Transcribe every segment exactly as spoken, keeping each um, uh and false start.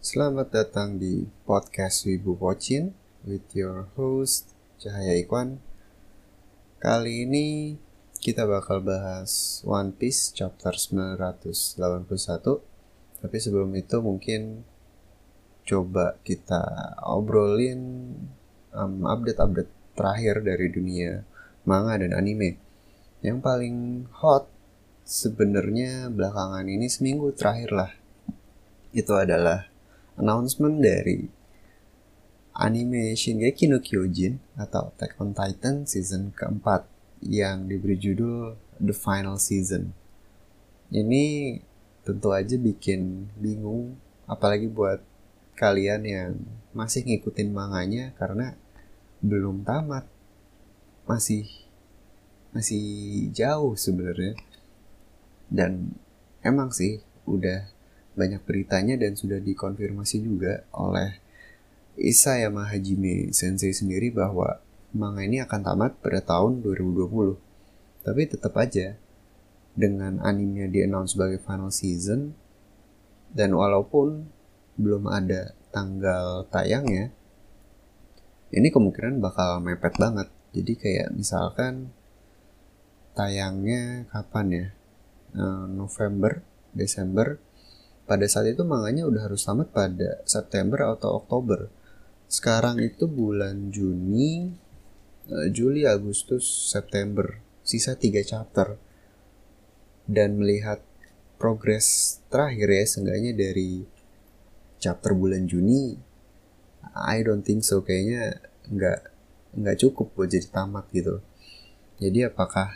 Selamat datang di podcast Wibu Pocin with your host Cahaya Ikwan. Kali ini kita bakal bahas One Piece chapter sembilan ratus delapan puluh satu. Tapi sebelum itu mungkin coba kita obrolin um, update-update terakhir dari dunia manga dan anime. Yang paling hot sebenarnya belakangan ini seminggu terakhir lah. Itu adalah announcement dari anime Shingeki no Kyojin atau Attack on Titan season keempat yang diberi judul The Final Season. Ini tentu aja bikin bingung, apalagi buat kalian yang masih ngikutin manganya karena belum tamat, masih masih jauh sebenarnya. Dan emang sih udah banyak beritanya dan sudah dikonfirmasi juga oleh Isayama Hajime Sensei sendiri bahwa manga ini akan tamat pada tahun dua ribu dua puluh. Tapi tetap aja dengan animenya di-announce sebagai final season dan walaupun belum ada tanggal tayangnya, ini kemungkinan bakal mepet banget. Jadi kayak misalkan tayangnya kapan ya? November, Desember. Pada saat itu manganya udah harus tamat pada September atau Oktober. Sekarang itu bulan Juni, Juli, Agustus, September. Sisa tiga chapter. Dan melihat progres terakhir ya, seenggaknya dari chapter bulan Juni, I don't think so. Kayaknya nggak, nggak cukup buat jadi tamat gitu. Jadi apakah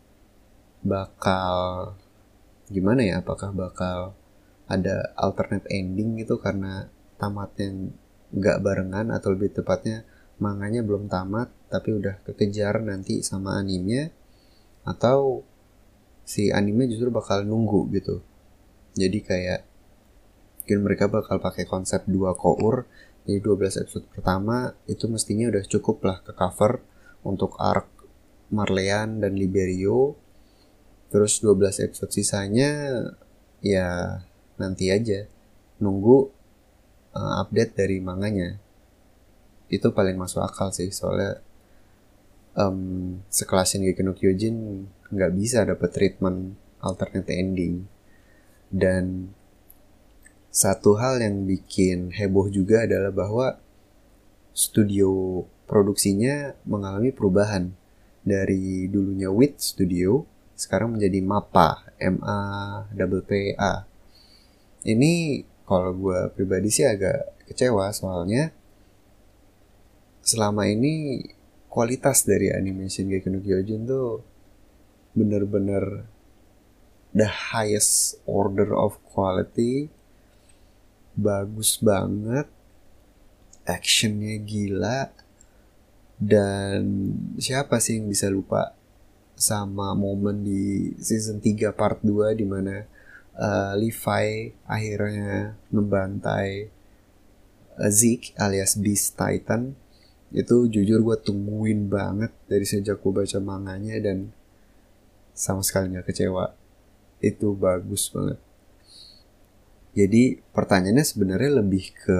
bakal, gimana ya, apakah bakal ada alternate ending gitu karena tamatnya nggak barengan, atau lebih tepatnya manganya belum tamat tapi udah kekejar nanti sama animenya, atau si anime justru bakal nunggu gitu. Jadi kayak mungkin mereka bakal pakai konsep dua cour. Jadi dua belas episode pertama itu mestinya udah cukup lah ke cover untuk arc Marleyan dan Liberio. Terus dua belas episode sisanya ya nanti aja nunggu uh, update dari manganya. Itu paling masuk akal sih, soalnya um, sekelas Shingeki no Kyojin nggak bisa dapat treatment alternate ending. Dan satu hal yang bikin heboh juga adalah bahwa studio produksinya mengalami perubahan. Dari dulunya Wit Studio sekarang menjadi MAPPA, M A P P A. Ini kalau gue pribadi sih agak kecewa, soalnya selama ini kualitas dari animation Shingeki no Kyojin tuh bener-bener the highest order of quality, bagus banget, actionnya gila, dan siapa sih yang bisa lupa sama momen di season tiga part dua dimana uh, Levi akhirnya membantai uh, Zeke alias Beast Titan. Itu jujur gue tungguin banget dari sejak gue baca manganya dan sama sekali gak kecewa. Itu bagus banget. Jadi pertanyaannya sebenarnya lebih ke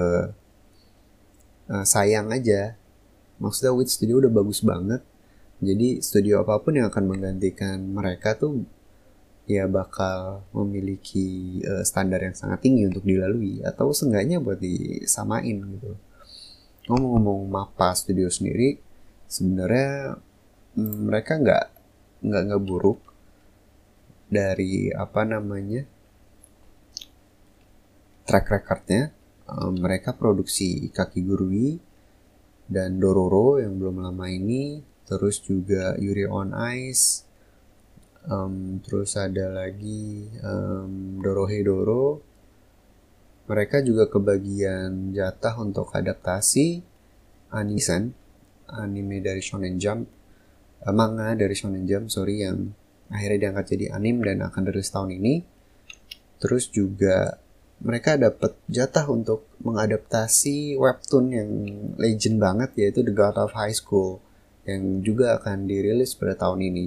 uh, sayang aja. Maksudnya Wit Studio udah bagus banget, jadi studio apapun yang akan menggantikan mereka tuh ya bakal memiliki uh, standar yang sangat tinggi untuk dilalui, atau seenggaknya buat disamain gitu. Ngomong-ngomong MAPPA Studio sendiri, sebenarnya mm, mereka nggak nggak nggak buruk dari apa namanya track recordnya. Um, mereka produksi Kakigurui dan Dororo yang belum lama ini, terus juga Yuri on Ice, um, terus ada lagi um, Dorohedoro. Mereka juga kebagian jatah untuk adaptasi Anisen, anime dari Shonen Jump, uh, manga dari Shonen Jump, sorry, yang akhirnya diangkat jadi anime dan akan rilis tahun ini. Terus juga mereka dapat jatah untuk mengadaptasi webtoon yang legend banget, yaitu The God of High School, yang juga akan dirilis pada tahun ini.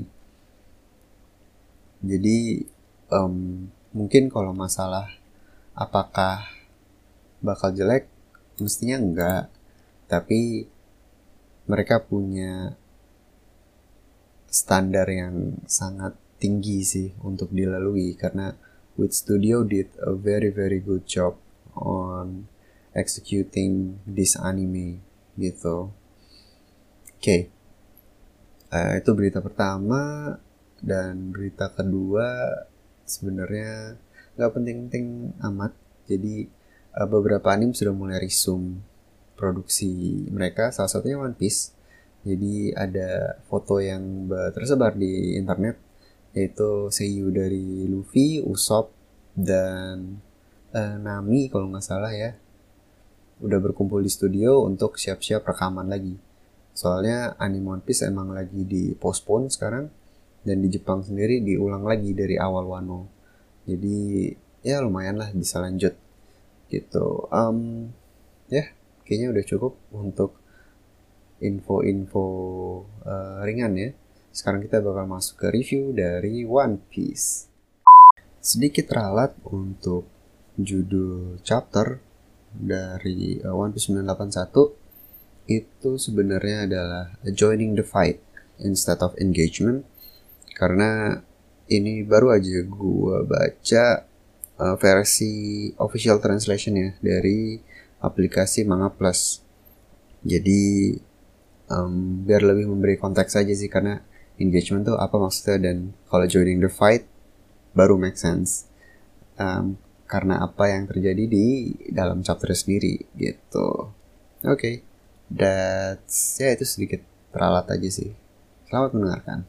Jadi um, mungkin kalau masalah apakah bakal jelek? Mestinya enggak. Tapi mereka punya standar yang sangat tinggi sih untuk dilalui, karena Wit Studio did a very very good job on executing this anime gitu. Oke, okay. uh, itu berita pertama. Dan berita kedua sebenarnya nggak penting-penting amat. Jadi uh, beberapa anime sudah mulai resume produksi mereka, salah satunya One Piece. Jadi ada foto yang tersebar di internet, yaitu seiyu dari Luffy, Usopp, dan uh, Nami kalau nggak salah ya, udah berkumpul di studio untuk siap-siap rekaman lagi. Soalnya anime One Piece emang lagi di postpone sekarang, dan di Jepang sendiri diulang lagi dari awal Wano. Jadi ya lumayan lah bisa lanjut gitu. Um, ya kayaknya udah cukup untuk info-info uh, ringan ya. Sekarang kita bakal masuk ke review dari One Piece. Sedikit ralat untuk judul chapter dari uh, One Piece sembilan delapan satu itu sebenarnya adalah joining the fight instead of engagement. Karena ini baru aja gue baca uh, versi official translation ya dari aplikasi Manga Plus. Jadi um, biar lebih memberi konteks aja sih, karena engagement tuh apa maksudnya, dan kalau joining the fight baru make sense. Um, karena apa yang terjadi di dalam chapter sendiri gitu. Oke, okay. That's ya itu sedikit peralat aja sih. Selamat mendengarkan.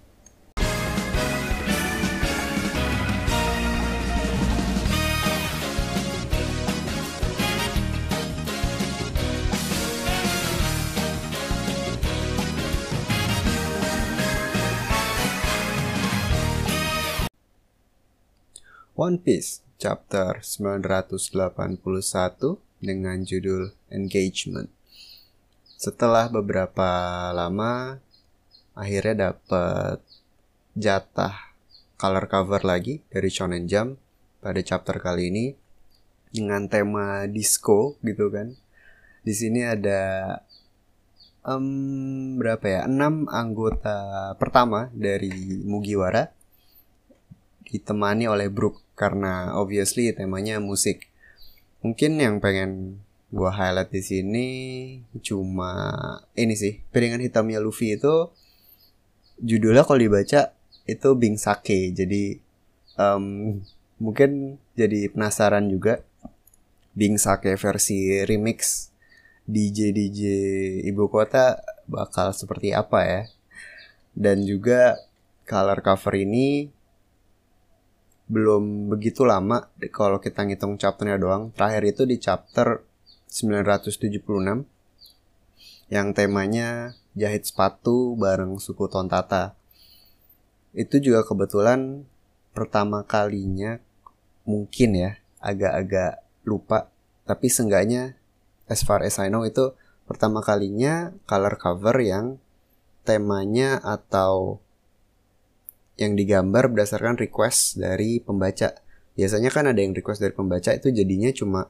One Piece chapter sembilan ratus delapan puluh satu dengan judul Engagement. Setelah beberapa lama akhirnya dapat jatah color cover lagi dari Shonen Jump pada chapter kali ini dengan tema disco gitu kan. Di sini ada um, berapa ya? enam anggota pertama dari Mugiwara ditemani oleh Brook, karena obviously temanya musik. Mungkin yang pengen gua highlight di sini cuma ini sih, piringan hitamnya Luffy itu judulnya kalau dibaca itu Bing Sake. Jadi um, mungkin jadi penasaran juga Bing Sake versi remix D J D J ibu kota bakal seperti apa ya. Dan juga color cover ini belum begitu lama kalau kita ngitung chapternya doang. Terakhir itu di chapter sembilan ratus tujuh puluh enam yang temanya jahit sepatu bareng suku Tontata. Itu juga kebetulan pertama kalinya, mungkin ya, agak-agak lupa, tapi seenggaknya as far as I know itu pertama kalinya color cover yang temanya atau yang digambar berdasarkan request dari pembaca. Biasanya kan ada yang request dari pembaca itu jadinya cuma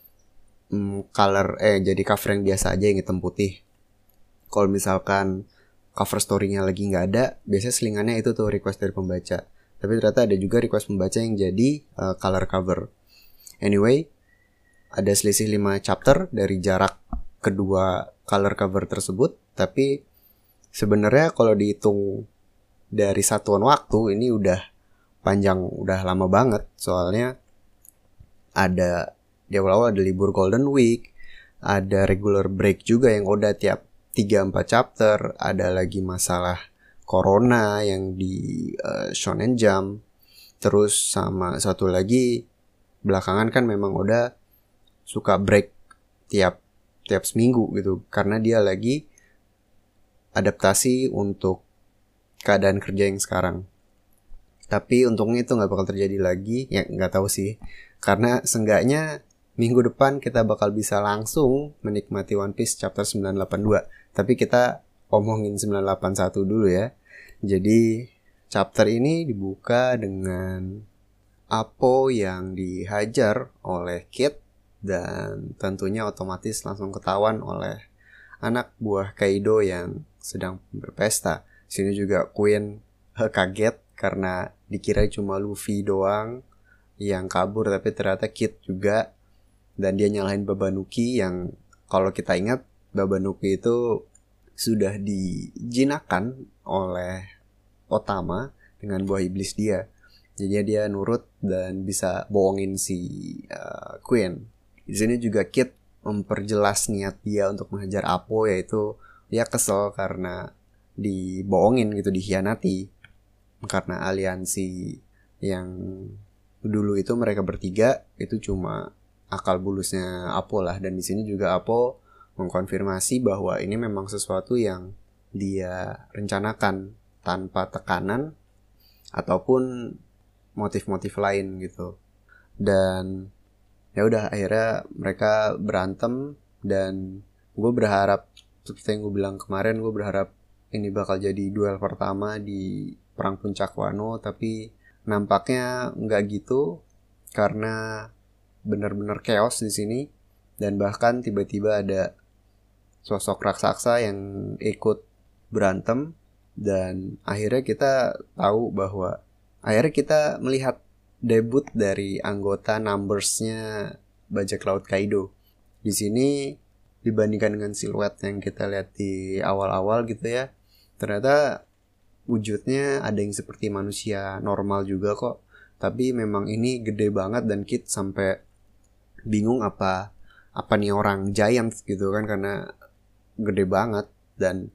mm, color eh jadi cover yang biasa aja yang hitam putih. Kalau misalkan cover story-nya lagi nggak ada, biasanya selingannya itu tuh request dari pembaca. Tapi ternyata ada juga request pembaca yang jadi uh, color cover. Anyway, ada selisih lima chapter dari jarak kedua color cover tersebut. Tapi sebenarnya kalau dihitung dari satuan waktu ini udah panjang, udah lama banget. Soalnya ada di awal-awal ada libur Golden Week, ada regular break juga yang udah tiap tiga sampai empat chapter, ada lagi masalah corona yang di uh, Shonen Jump. Terus sama satu lagi belakangan kan memang udah suka break tiap tiap seminggu gitu, karena dia lagi adaptasi untuk keadaan kerja yang sekarang. Tapi untungnya itu gak bakal terjadi lagi. Ya gak tahu sih, karena seenggaknya minggu depan kita bakal bisa langsung menikmati One Piece chapter sembilan delapan dua. Tapi kita omongin sembilan delapan satu dulu ya. Jadi chapter ini dibuka dengan Apo yang dihajar oleh Kid dan tentunya otomatis langsung ketahuan oleh anak buah Kaido yang sedang berpesta. Sini juga Queen kaget karena dikira cuma Luffy doang yang kabur, tapi ternyata Kid juga, dan dia nyalahin Babanuki yang kalau kita ingat Babanuki itu sudah dijinakan oleh Otama dengan buah iblis dia. Jadi dia nurut dan bisa bohongin si uh, Queen. Di sini juga Kid memperjelas niat dia untuk menghajar Apo, yaitu dia kesel karena dibohongin gitu, dikhianati. Karena aliansi yang dulu itu mereka bertiga itu cuma akal bulusnya Apo lah. Dan di sini juga Apo mengkonfirmasi bahwa ini memang sesuatu yang dia rencanakan tanpa tekanan ataupun motif-motif lain gitu. Dan ya udah, akhirnya mereka berantem, dan gue berharap seperti yang gue bilang kemarin, gue berharap ini bakal jadi duel pertama di Perang Puncak Wano, tapi nampaknya nggak gitu karena benar-benar chaos di sini, dan bahkan tiba-tiba ada sosok raksasa yang ikut berantem, dan akhirnya kita tahu bahwa akhirnya kita melihat debut dari anggota Numbers-nya Bajak Laut Kaido. Di sini dibandingkan dengan siluet yang kita lihat di awal-awal gitu ya, ternyata wujudnya ada yang seperti manusia normal juga kok. Tapi memang ini gede banget, dan Kid sampai bingung apa apa nih orang giant gitu kan, karena gede banget. Dan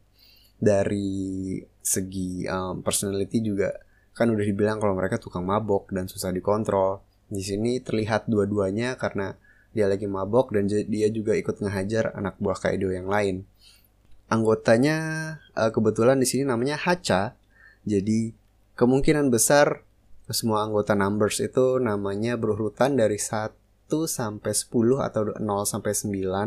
dari segi um, personality juga kan udah dibilang kalau mereka tukang mabok dan susah dikontrol. Di sini terlihat dua-duanya karena dia lagi mabok dan dia juga ikut ngehajar anak buah Kaido yang lain. Anggotanya uh, kebetulan di sini namanya Hacha. Jadi kemungkinan besar semua anggota Numbers itu namanya berurutan dari satu sampai sepuluh atau nol sampai sembilan.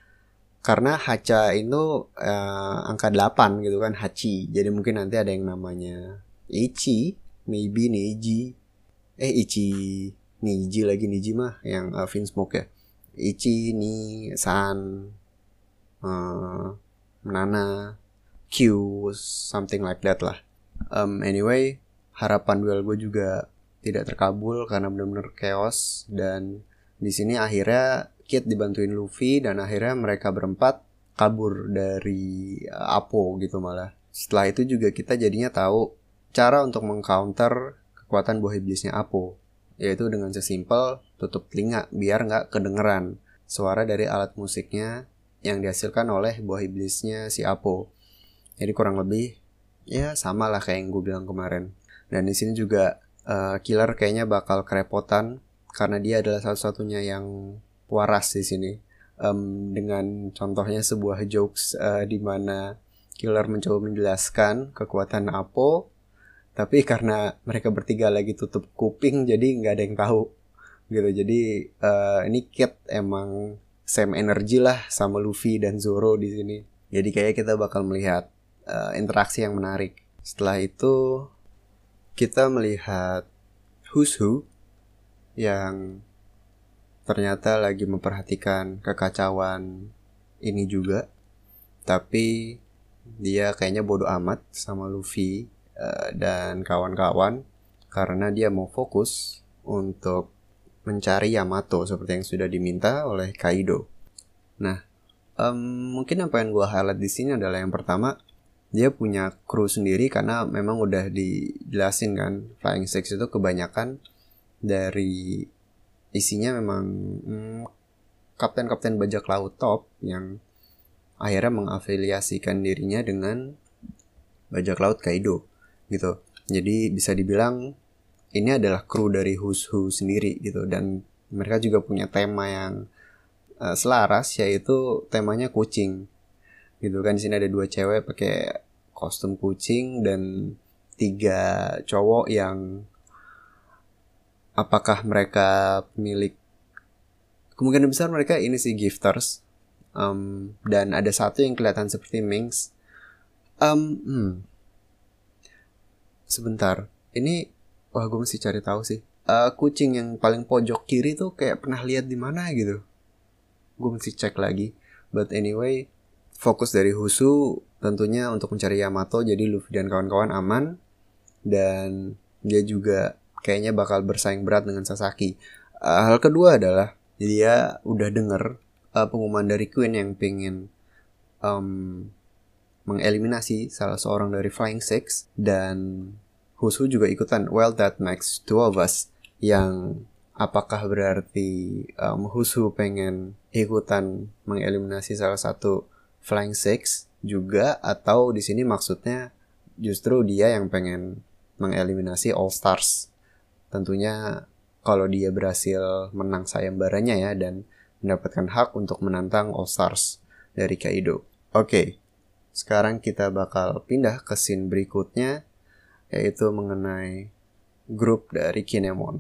Karena Hacha itu uh, angka delapan gitu kan, Hachi. Jadi mungkin nanti ada yang namanya Ichi, maybe Neji. Eh Ichi, Niji lagi, Niji mah yang uh, Vinsmoke ya. Ichi, Ni, San, uh, Nana, Q, something like that lah. Um, anyway, harapan duel gue juga tidak terkabul karena benar-benar chaos, dan di sini akhirnya Kid dibantuin Luffy, dan akhirnya mereka berempat kabur dari uh, Apo gitu malah. Setelah itu juga kita jadinya tahu cara untuk mengcounter kekuatan buah iblisnya Apo, yaitu dengan sesimpel tutup telinga biar nggak kedengeran suara dari alat musiknya yang dihasilkan oleh buah iblisnya si Apo. Jadi kurang lebih ya sama lah kayak yang gue bilang kemarin. Dan di sini juga uh, Killer kayaknya bakal kerepotan karena dia adalah satu-satunya yang waras di sini. Um, dengan contohnya sebuah jokes uh, di mana Killer mencoba menjelaskan kekuatan Apo, tapi karena mereka bertiga lagi tutup kuping jadi nggak ada yang tahu gitu. Jadi uh, ini Kid emang same energy lah sama Luffy dan Zoro di sini. Jadi kayak kita bakal melihat uh, interaksi yang menarik. Setelah itu kita melihat Who's Who yang ternyata lagi memperhatikan kekacauan ini juga, tapi dia kayaknya bodo amat sama Luffy uh, dan kawan-kawan karena dia mau fokus untuk mencari Yamato seperti yang sudah diminta oleh Kaido. Nah, um, mungkin apa yang gue highlight di sini adalah yang pertama, dia punya kru sendiri karena memang udah dijelasin kan, Flying Six itu kebanyakan dari isinya memang hmm, kapten-kapten bajak laut top yang akhirnya mengafiliasikan dirinya dengan bajak laut Kaido gitu. Jadi bisa dibilang ini adalah kru dari Who's Who sendiri gitu, dan mereka juga punya tema yang uh, selaras, yaitu temanya kucing gitu kan. Di sini ada dua cewek pakai kostum kucing dan tiga cowok yang apakah mereka pemilik, kemungkinan besar mereka ini sih gifters, um, dan ada satu yang kelihatan seperti Minx. Um, hmm. Sebentar, ini wah gue mesti cari tahu sih. Uh, kucing yang paling pojok kiri tuh kayak pernah lihat di mana gitu. gue mesti cek lagi. But anyway, fokus dari Husu tentunya untuk mencari Yamato, jadi Luffy dan kawan-kawan aman. Dan dia juga kayaknya bakal bersaing berat dengan Sasaki. Uh, hal kedua adalah dia udah denger uh, pengumuman dari Queen yang pengen um, mengeliminasi salah seorang dari Flying Six, dan Husu juga ikutan. Well, that makes two of us. Yang apakah berarti um, Husu pengen ikutan mengeliminasi salah satu Flying Six juga, atau di sini maksudnya justru dia yang pengen mengeliminasi All Stars. Tentunya kalau dia berhasil menang sayembaranya ya, dan mendapatkan hak untuk menantang All Stars dari Kaido. Oke, okay, sekarang kita bakal pindah ke scene berikutnya, yaitu mengenai grup dari Kinemon.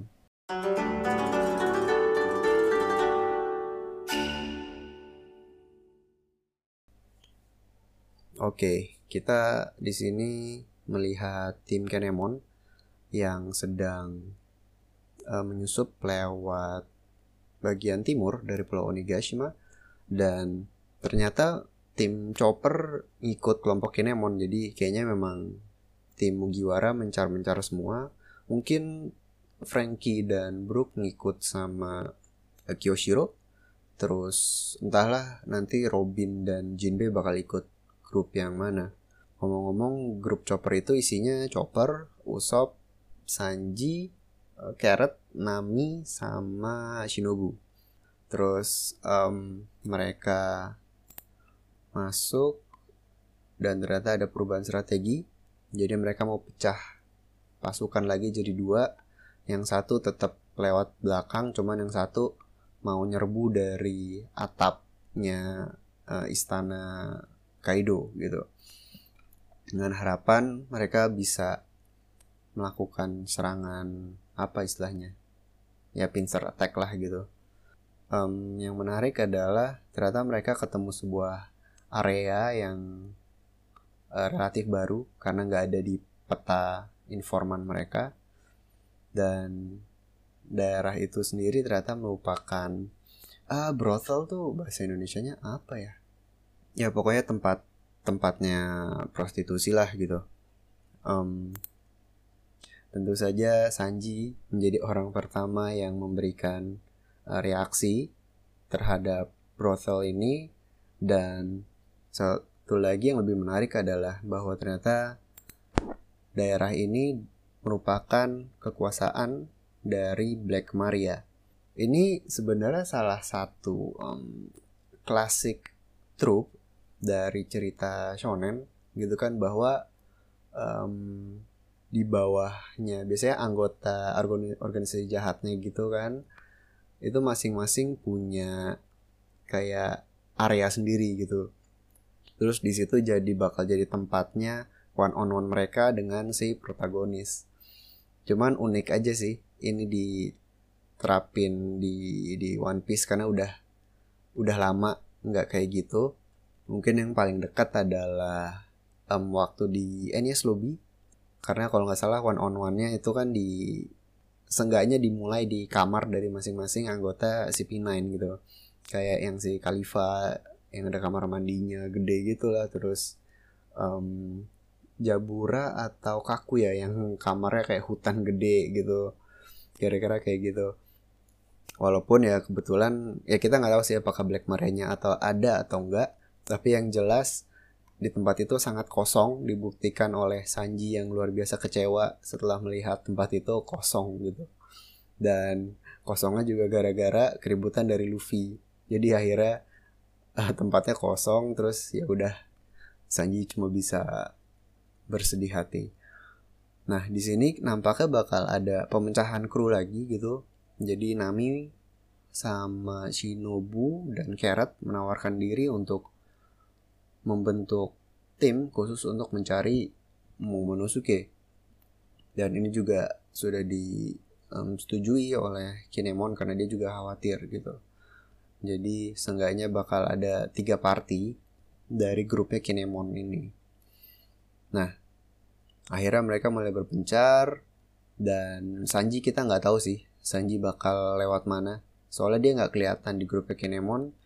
Oke, okay, kita di sini melihat tim Kinemon yang sedang uh, menyusup lewat bagian timur dari Pulau Onigashima, dan ternyata tim Chopper ngikut kelompok Kinemon. Jadi kayaknya memang tim Mugiwara mencar-mencar semua. Mungkin Frankie dan Brook ngikut sama Kyoshiro. Terus entahlah nanti Robin dan Jinbe bakal ikut grup yang mana. Ngomong-ngomong, grup Chopper itu isinya Chopper, Usopp, Sanji, Carrot, Nami, sama Shinobu. Terus um, mereka masuk dan ternyata ada perubahan strategi. Jadi mereka mau pecah pasukan lagi jadi dua. Yang satu tetap lewat belakang, cuman yang satu mau nyerbu dari atapnya uh, istana Kaido gitu. Dengan harapan mereka bisa melakukan serangan, apa istilahnya, ya pincer attack lah gitu. Um, yang menarik adalah ternyata mereka ketemu sebuah area yang uh, relatif baru karena nggak ada di peta informan mereka, dan daerah itu sendiri ternyata merupakan ah brothel tuh bahasa Indonesianya apa ya? Ya pokoknya tempat tempatnya prostitusi lah gitu. Um, tentu saja Sanji menjadi orang pertama yang memberikan uh, reaksi terhadap brothel ini, dan satu lagi yang lebih menarik adalah bahwa ternyata daerah ini merupakan kekuasaan dari Black Maria. Ini sebenarnya salah satu um, klasik trope dari cerita shonen gitu kan, bahwa um, di bawahnya biasanya anggota organisasi jahatnya gitu kan, itu masing-masing punya kayak area sendiri gitu. Terus di situ jadi bakal jadi tempatnya one on one mereka dengan si protagonis. Cuman unik aja sih ini diterapin di di One Piece karena udah udah lama nggak kayak gitu. Mungkin yang paling dekat adalah um, waktu di Enies Lobby, karena kalau nggak salah one on one-nya itu kan di seenggaknya dimulai di kamar dari masing-masing anggota C P sembilan gitu. Kayak yang si Khalifa yang ada kamar mandinya gede gitu lah. Terus um, Jabura atau Kaku ya yang kamarnya kayak hutan gede gitu. Kira-kira kayak gitu. Walaupun ya kebetulan ya kita nggak tahu sih apakah Black Maria-nya atau ada atau enggak. Tapi yang jelas di tempat itu sangat kosong, dibuktikan oleh Sanji yang luar biasa kecewa setelah melihat tempat itu kosong gitu. Dan kosongnya juga gara-gara keributan dari Luffy. Jadi akhirnya uh, tempatnya kosong, terus ya udah Sanji cuma bisa bersedih hati. Nah, di sini nampaknya bakal ada pemecahan kru lagi gitu. Jadi Nami sama Shinobu dan Carrot menawarkan diri untuk membentuk tim khusus untuk mencari Momonosuke. Dan ini juga sudah disetujui um, oleh Kinemon karena dia juga khawatir gitu. Jadi seenggaknya bakal ada tiga party dari grupnya Kinemon ini. Nah, akhirnya mereka mulai berpencar, dan Sanji kita nggak tahu sih Sanji bakal lewat mana. Soalnya dia nggak kelihatan di grupnya Kinemon.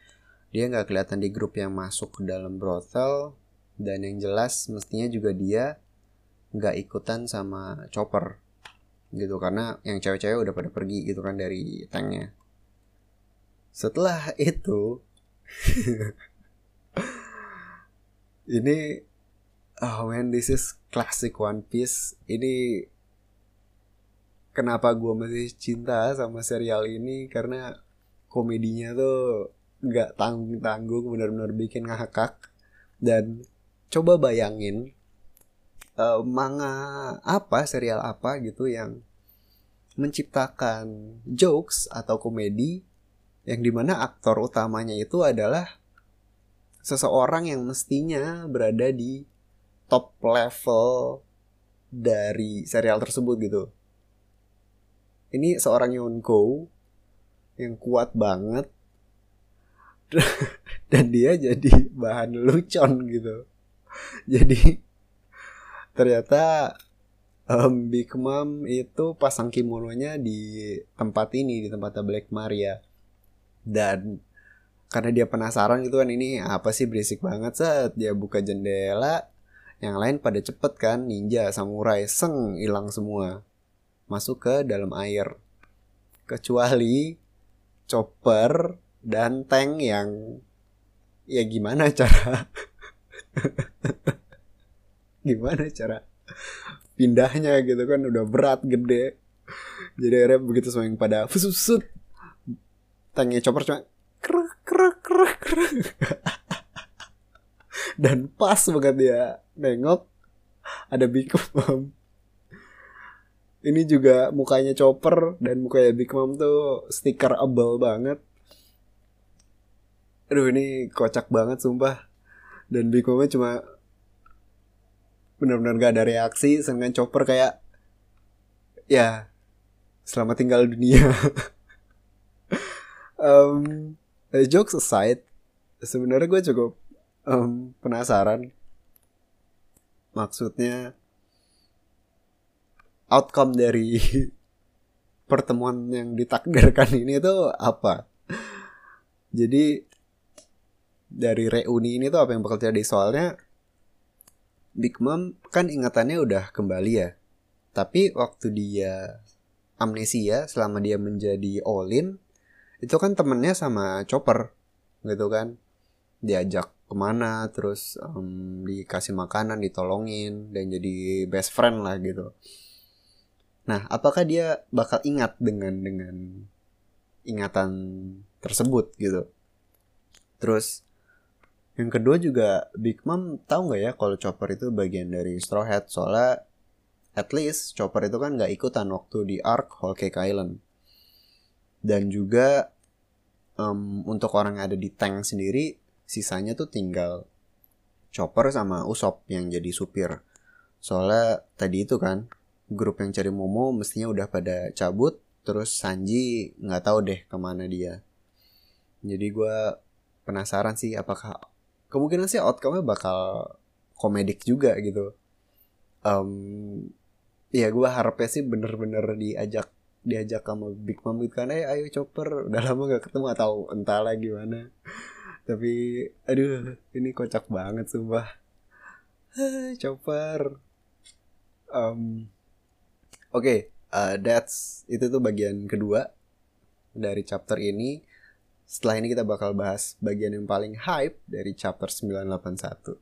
Dia nggak kelihatan di grup yang masuk ke dalam brothel, dan yang jelas mestinya juga dia nggak ikutan sama Chopper gitu, karena yang cewek-cewek udah pada pergi gitu kan dari tanknya. Setelah itu ini oh man, this is classic One Piece. Ini kenapa gue masih cinta sama serial ini, karena komedinya tuh nggak tanggung-tanggung, benar-benar bikin ngakak. Dan coba bayangin uh, manga apa, serial apa gitu yang menciptakan jokes atau komedi yang dimana aktor utamanya itu adalah seseorang yang mestinya berada di top level dari serial tersebut gitu. Ini seorang Yonko yang kuat banget dan dia jadi bahan lucon gitu. Jadi ternyata um, Big Mom itu pasang kimononya di tempat ini, di tempatnya Black Maria. Dan karena dia penasaran gitu kan, ini apa sih berisik banget, set dia buka jendela. Yang lain pada cepet kan, ninja, samurai, seng, hilang semua, masuk ke dalam air. Kecuali Chopper dan tank yang ya gimana cara gimana cara pindahnya gitu kan, udah berat gede. Jadi akhirnya begitu semuanya pada fusut, tanknya Chopper cuma krek krek krek krek. Dan pas banget dia nengok ada Big Mom. Ini juga mukanya Chopper dan mukanya Big Mom tuh stickerable banget. Aduh, ini kocak banget sumpah. Dan Big Momnya cuma benar-benar gak ada reaksi, sedangkan Chopper kayak ya selamat tinggal dunia. um, Jokes aside, sebenarnya gue cukup um, penasaran. Maksudnya outcome dari pertemuan yang ditakdirkan ini tuh apa? Jadi dari reuni ini tuh apa yang bakal terjadi? Soalnya Big Mom kan ingatannya udah kembali ya. Tapi waktu dia amnesia selama dia menjadi All-in, itu kan temennya sama Chopper gitu kan. Diajak kemana, terus um, dikasih makanan, ditolongin, dan jadi best friend lah gitu. Nah, apakah dia bakal ingat dengan dengan ingatan tersebut gitu? Terus yang kedua juga, Big Mom tahu nggak ya kalau Chopper itu bagian dari Straw Hat? Soalnya at least Chopper itu kan nggak ikutan waktu di arc Whole Cake Island. Dan juga um, untuk orang yang ada di tank sendiri, sisanya tuh tinggal Chopper sama Usopp yang jadi supir. Soalnya tadi itu kan grup yang cari Momo mestinya udah pada cabut, terus Sanji nggak tahu deh kemana dia. Jadi gue penasaran sih, apakah kemungkinan sih outcome-nya bakal komedik juga gitu. Um, ya gue harapnya sih bener-bener diajak diajak sama Big Mom gitu kan, eh ayo Chopper, udah lama gak ketemu, atau entahlah gimana. Tapi aduh, ini kocak banget sumpah. Chopper. Um, Oke, okay, uh, that's itu tuh bagian kedua dari chapter ini. Setelah ini kita bakal bahas bagian yang paling hype dari chapter sembilan delapan satu.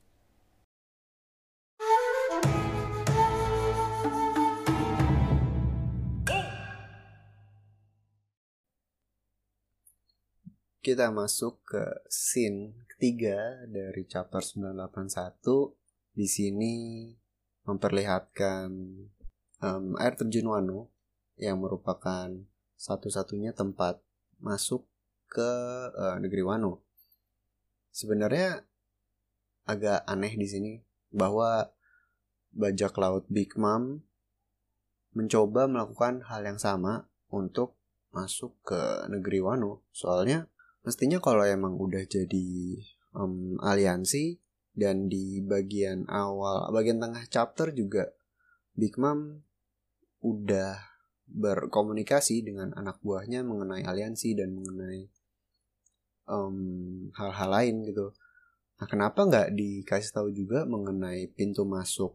Kita masuk ke scene ketiga dari chapter sembilan delapan satu. Di sini memperlihatkan um, air terjun Wano yang merupakan satu-satunya tempat masuk ke uh, negeri Wano. Sebenarnya agak aneh di sini bahwa bajak laut Big Mom mencoba melakukan hal yang sama untuk masuk ke negeri Wano. Soalnya mestinya kalau emang udah jadi um, aliansi, dan di bagian awal, bagian tengah chapter juga Big Mom udah berkomunikasi dengan anak buahnya mengenai aliansi dan mengenai um, hal-hal lain gitu. Nah, kenapa nggak dikasih tahu juga mengenai pintu masuk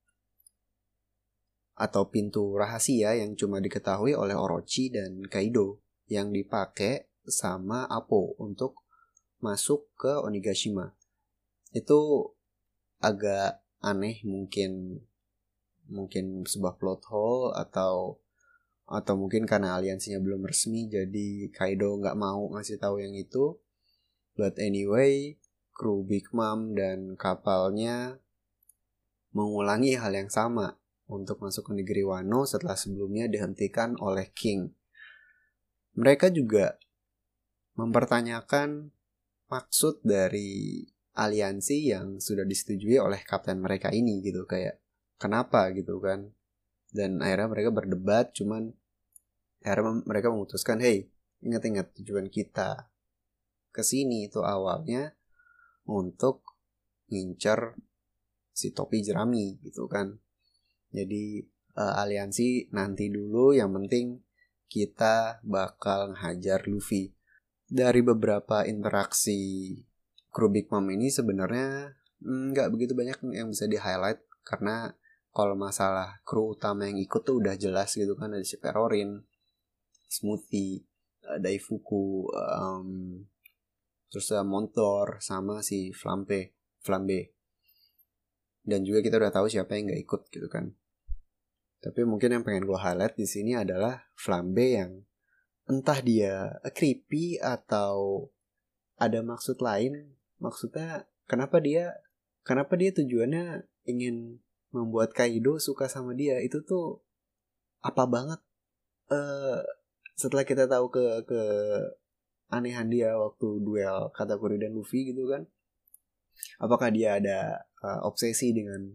atau pintu rahasia yang cuma diketahui oleh Orochi dan Kaido yang dipakai sama Appo untuk masuk ke Onigashima. Itu agak aneh, mungkin mungkin sebuah plot hole atau atau mungkin karena aliansinya belum resmi jadi Kaido nggak mau ngasih tahu yang itu. But anyway, kru Big Mom dan kapalnya mengulangi hal yang sama untuk masuk ke negeri Wano setelah sebelumnya dihentikan oleh King. Mereka juga mempertanyakan maksud dari aliansi yang sudah disetujui oleh kapten mereka ini gitu, kayak kenapa gitu kan. Dan akhirnya mereka berdebat, cuman akhirnya mereka memutuskan, hey, ingat-ingat tujuan kita kesini itu awalnya untuk ngincer si topi jerami gitu kan. Jadi uh, aliansi nanti dulu, yang penting kita bakal ngehajar Luffy. Dari beberapa interaksi kru Big Mom ini sebenarnya nggak begitu banyak yang bisa di highlight, karena kalau masalah kru utama yang ikut tuh udah jelas gitu kan. Ada si Perorin, Smoothie, Daifuku, um, terus uh, Montor sama si Flambe, Flambe. Dan juga kita udah tahu siapa yang nggak ikut gitu kan. Tapi mungkin yang pengen gue highlight di sini adalah Flambe yang entah dia creepy atau ada maksud lain. Maksudnya kenapa dia kenapa dia tujuannya ingin membuat Kaido suka sama dia. Itu tuh apa banget. Uh, setelah kita tahu ke ke anehan dia waktu duel Katakuri dan Luffy gitu kan. Apakah dia ada uh, obsesi dengan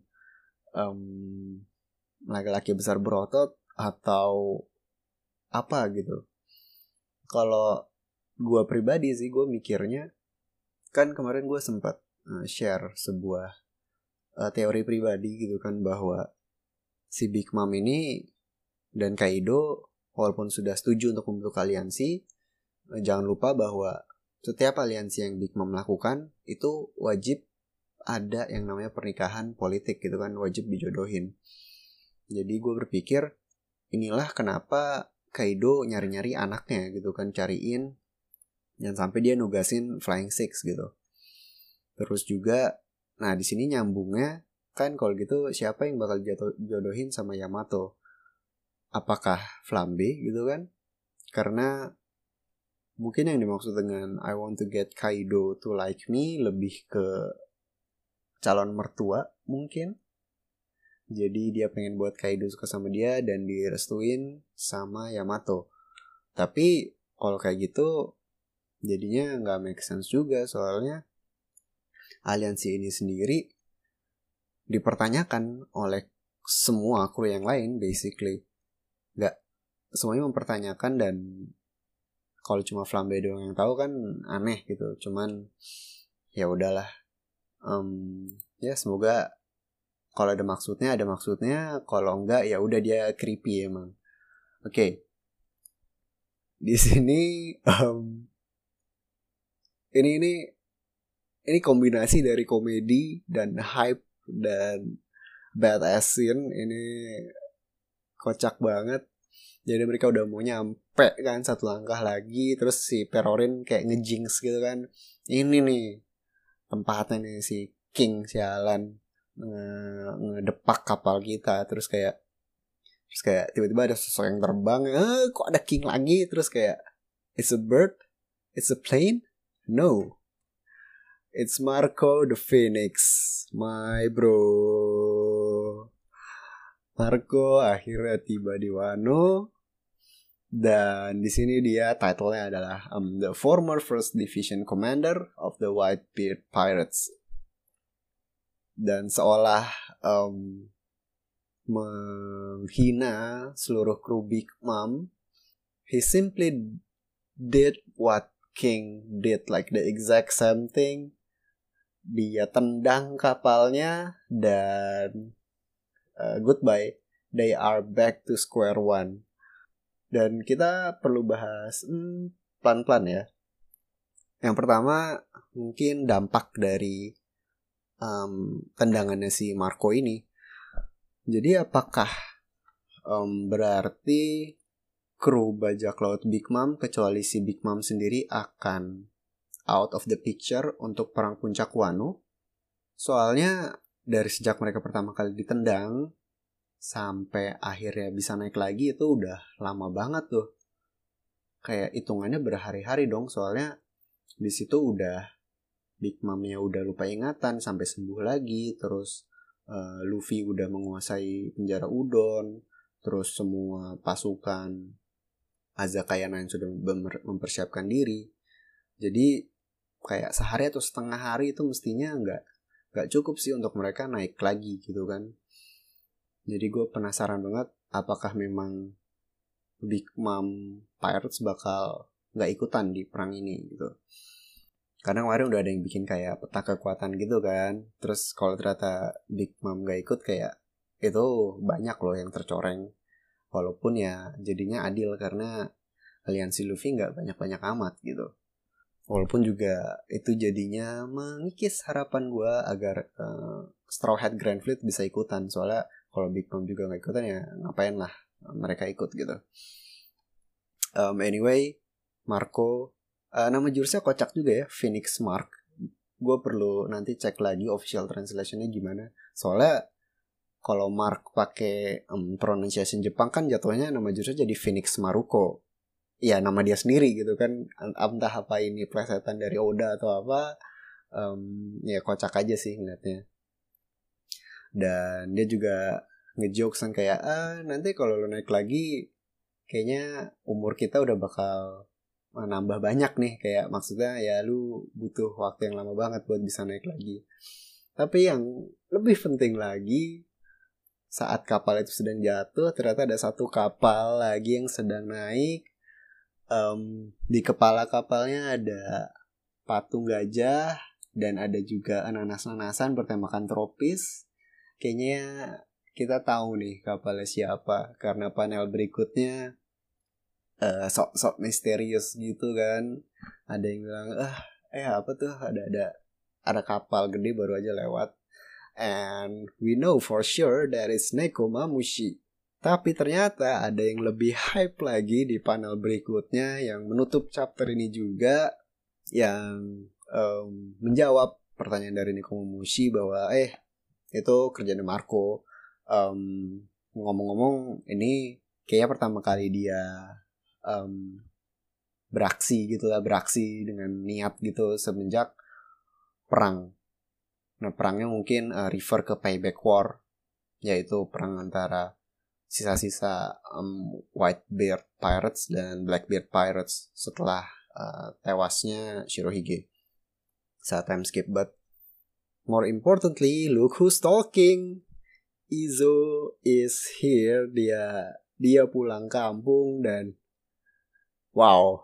um, laki-laki besar berotot atau apa gitu. Kalau gue pribadi sih, gue mikirnya, kan kemarin gue sempat uh, share sebuah uh, teori pribadi gitu kan, bahwa si Big Mom ini dan Kaido walaupun sudah setuju untuk membentuk aliansi, uh, jangan lupa bahwa setiap aliansi yang Big Mom lakukan itu wajib ada yang namanya pernikahan politik gitu kan, wajib dijodohin. Jadi gue berpikir inilah kenapa Kaido nyari-nyari anaknya gitu kan, cariin, dan sampai dia nugasin Flying Six gitu. Terus juga, nah di sini nyambungnya kan, kalau gitu siapa yang bakal jatuh, jodohin sama Yamato? Apakah Flambe gitu kan? Karena mungkin yang dimaksud dengan I want to get Kaido to like me lebih ke calon mertua mungkin. Jadi dia pengen buat Kaido suka sama dia dan direstuin sama Yamato. Tapi kalau kayak gitu jadinya gak make sense juga, soalnya aliansi ini sendiri dipertanyakan oleh semua kru yang lain basically. Gak semuanya mempertanyakan, dan kalau cuma Flambe doang yang tahu kan aneh gitu. Cuman ya udahlah. Um, ya semoga kalau ada maksudnya ada maksudnya, kalau enggak ya udah dia creepy emang. Oke. Okay. Di sini um, ini ini ini kombinasi dari komedi dan hype dan badass scene, ini kocak banget. Jadi mereka udah mau nyampe kan satu langkah lagi, terus si Perorin kayak ngejinx gitu kan. Ini nih tempatnya nih si King sialan ngedepak kapal kita, terus kayak terus kayak tiba-tiba ada sosok yang terbang, eh kok ada King lagi, terus kayak it's a bird, it's a plane, no, it's Marco the Phoenix, my bro. Marco akhirnya tiba di Wano, dan di sini dia title-nya adalah um, the former First Division Commander of the Whitebeard Pirates. Dan seolah um, menghina seluruh kru Big Mom, he simply did what King did, like the exact same thing. Dia tendang kapalnya dan uh, goodbye, they are back to square one. Dan kita perlu bahas hmm, pelan-pelan ya Yang pertama mungkin dampak dari um, tendangannya si Marco ini. Jadi apakah um, berarti kru bajak laut Big Mom kecuali si Big Mom sendiri akan out of the picture untuk perang puncak Wano? Soalnya dari sejak mereka pertama kali ditendang sampai akhirnya bisa naik lagi itu udah lama banget tuh. Kayak hitungannya berhari-hari dong, soalnya di situ udah Big Mom-nya udah lupa ingatan sampai sembuh lagi, terus uh, Luffy udah menguasai penjara Udon, terus semua pasukan Azakaia Nine sudah mempersiapkan diri. Jadi kayak sehari atau setengah hari itu mestinya nggak nggak cukup sih untuk mereka naik lagi gitu kan. Jadi gue penasaran banget apakah memang Big Mom Pirates bakal nggak ikutan di perang ini gitu. Karena kemarin udah ada yang bikin kayak peta kekuatan gitu kan. Terus kalau ternyata Big Mom nggak ikut, kayak itu banyak loh yang tercoreng. Walaupun ya jadinya adil karena aliansi Luffy nggak banyak-banyak amat gitu. Walaupun juga itu jadinya mengikis harapan gue agar uh, Straw Hat Grand Fleet bisa ikutan. Soalnya kalau Big Mom juga gak ikutan ya ngapain lah mereka ikut gitu. um, Anyway, Marco, uh, nama jurusnya kocak juga ya, Phoenix Mark. Gue perlu nanti cek lagi official translationnya gimana. Soalnya kalau Mark pakai um, pronunciation Jepang kan jatuhnya nama jurusnya jadi Phoenix Maruko. Ya nama dia sendiri gitu kan, entah apa ini plesetan dari Oda atau apa. um, Ya kocak aja sih ngeliatnya. Dan dia juga ngejokes kan kayak ah nanti kalau lo naik lagi kayaknya umur kita udah bakal nambah banyak nih. Kayak maksudnya ya lu butuh waktu yang lama banget buat bisa naik lagi. Tapi yang lebih penting lagi, saat kapal itu sedang jatuh, ternyata ada satu kapal lagi yang sedang naik. Um, di kepala kapalnya ada patung gajah dan ada juga nanas-nanasan bertemakan tropis. Kayaknya kita tahu nih kapalnya siapa karena panel berikutnya uh, sok-sok misterius gitu kan. Ada yang bilang ah eh apa tuh ada ada ada kapal gede baru aja lewat, and we know for sure that is Nekomamushi. Tapi ternyata ada yang lebih hype lagi di panel berikutnya yang menutup chapter ini juga, yang um, menjawab pertanyaan dari Nekomamushi bahwa eh itu kerjaan Marco. Um, ngomong-ngomong ini kayaknya pertama kali dia um, beraksi gitu lah, beraksi dengan niat gitu semenjak perang. Nah perangnya mungkin uh, refer ke Payback War, yaitu perang antara sisa-sisa um, Whitebeard Pirates dan Blackbeard Pirates setelah uh, tewasnya Shirohige saat time skip. But more importantly, look who's talking. Izo is here. Dia dia pulang kampung dan wow,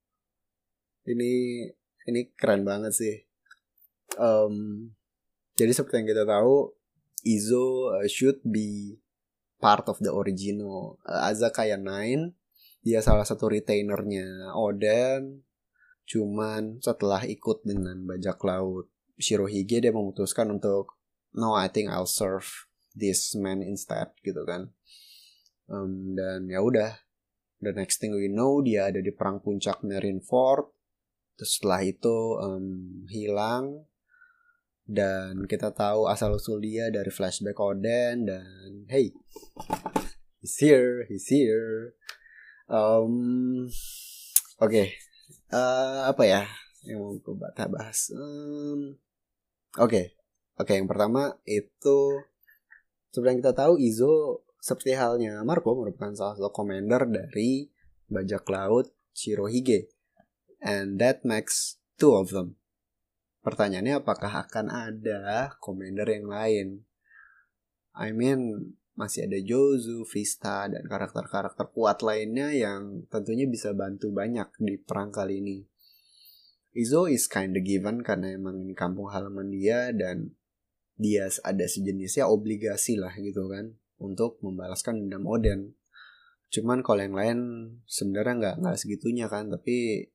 ini ini keren banget sih. Um, jadi seperti yang kita tahu, Izo uh, should be part of the original uh, Azakaia Nine. Dia salah satu retainernya Oden. Cuman setelah ikut dengan bajak laut Shirohige, dia memutuskan untuk no, I think I'll serve this man instead gitu kan. Um, dan ya udah, the next thing we know dia ada di perang puncak Marineford. Terus setelah itu um, hilang. Dan kita tahu asal-usul dia dari flashback Oden. Dan hey, he's here, he's here. Um, Oke, okay. uh, apa ya yang mau kita bahas? Um, Oke, okay. oke okay, yang pertama itu seperti yang kita tahu, Izo seperti halnya Marco merupakan salah satu commander dari bajak laut Shirohige, and that makes two of them. Pertanyaannya apakah akan ada commander yang lain? I mean, masih ada Jozu, Vista, dan karakter-karakter kuat lainnya yang tentunya bisa bantu banyak di perang kali ini. Izo is kinda given karena emang ini kampung halaman dia dan dia ada sejenisnya obligasi lah gitu kan untuk membalaskan dendam Oden. Cuman kalau yang lain sebenarnya nggak nggak segitunya kan, tapi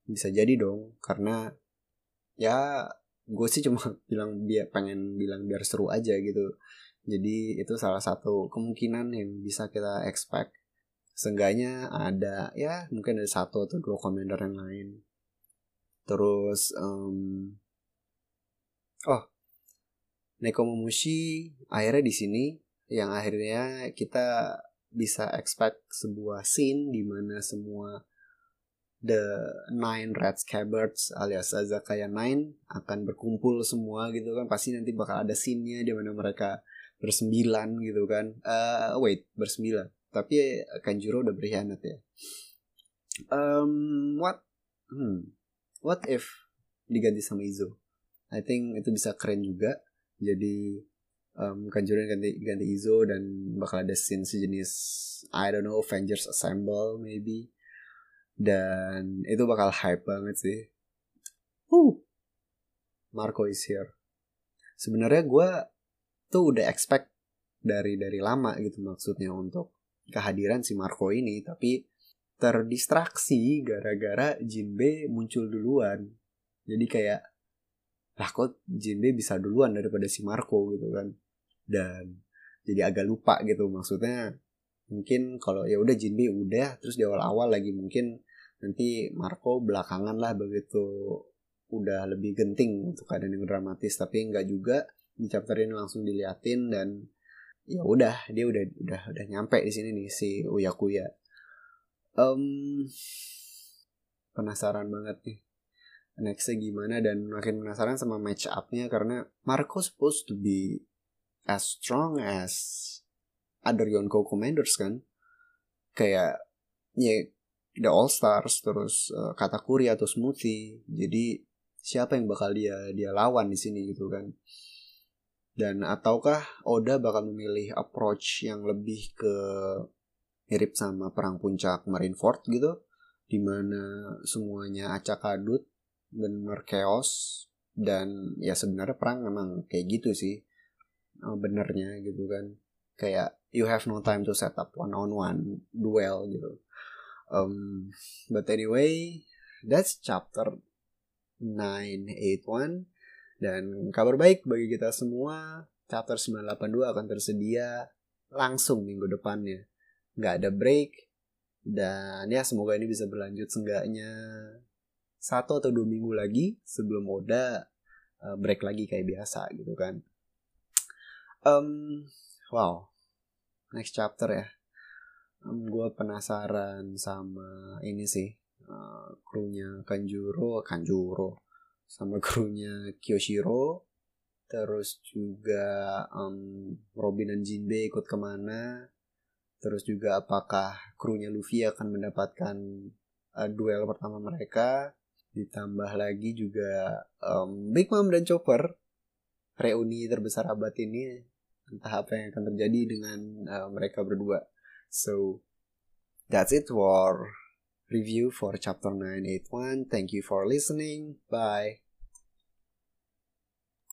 Bisa jadi dong, karena ya gue sih cuma bilang biar pengen bilang biar seru aja gitu. Jadi itu salah satu kemungkinan yang bisa kita expect. Seenggaknya ada ya mungkin ada satu atau dua komentar yang lain. Terus um, oh Nekomamushi akhirnya di sini yang akhirnya kita bisa expect sebuah scene di mana semua the nine red scabbards alias Azakaya Nine akan berkumpul semua gitu kan. Pasti nanti bakal ada scene-nya di mana mereka bersembilan gitu kan. Uh, wait, bersembilan. Tapi Kanjuro udah berkhianat ya. Um, what? Hmm. What if diganti sama Izo? I think itu bisa keren juga. Jadi um, Kanjuro ganti ganti Izo dan bakal ada scene sejenis I don't know Avengers Assemble maybe. Dan itu bakal hype banget sih. Uh, Marco is here. Sebenarnya gue tuh udah expect dari dari lama gitu maksudnya untuk kehadiran si Marco ini, tapi terdistraksi gara-gara Jinbe muncul duluan. Jadi kayak lah kok Jinbe bisa duluan daripada si Marco gitu kan. Dan jadi agak lupa gitu maksudnya. Mungkin kalau ya udah Jinbe udah, terus di awal-awal lagi mungkin nanti Marco belakangan lah begitu udah lebih genting untuk keadaan yang dramatis. Tapi enggak juga, di chapter ini langsung diliatin dan ya udah dia udah udah udah nyampe di sini nih si Uyakuya. Um, penasaran banget nih nextnya gimana dan makin penasaran sama match up-nya karena Marco supposed to be as strong as other Yonko Commanders kan, kayak ya the All Stars terus uh, Katakuri atau Smoothie. Jadi siapa yang bakal dia dia lawan di sini gitu kan. Dan ataukah Oda bakal memilih approach yang lebih ke mirip sama perang puncak Marineford gitu, dimana semuanya acak adut, bener chaos. Dan ya sebenarnya perang memang kayak gitu sih benernya gitu kan, kayak you have no time to set up one on one duel gitu. Um, but anyway, that's chapter nine eight one. Dan kabar baik bagi kita semua, chapter sembilan delapan dua akan tersedia langsung minggu depannya. Gak ada break. Dan ya semoga ini bisa berlanjut seenggaknya satu atau dua minggu lagi sebelum Oda uh, break lagi kayak biasa gitu kan. Um, wow, next chapter ya. Um, gue penasaran sama ini sih, uh, krunya Kanjuro, Kanjuro, sama krunya Kyoshiro. Terus juga um, Robin dan Jinbe ikut kemana. Terus juga apakah krunya Luffy akan mendapatkan uh, duel pertama mereka. Ditambah lagi juga um, Big Mom dan Chopper, reuni terbesar abad ini. Entah apa yang akan terjadi dengan uh, mereka berdua. So that's it for review for chapter nine eight one. Thank you for listening. Bye.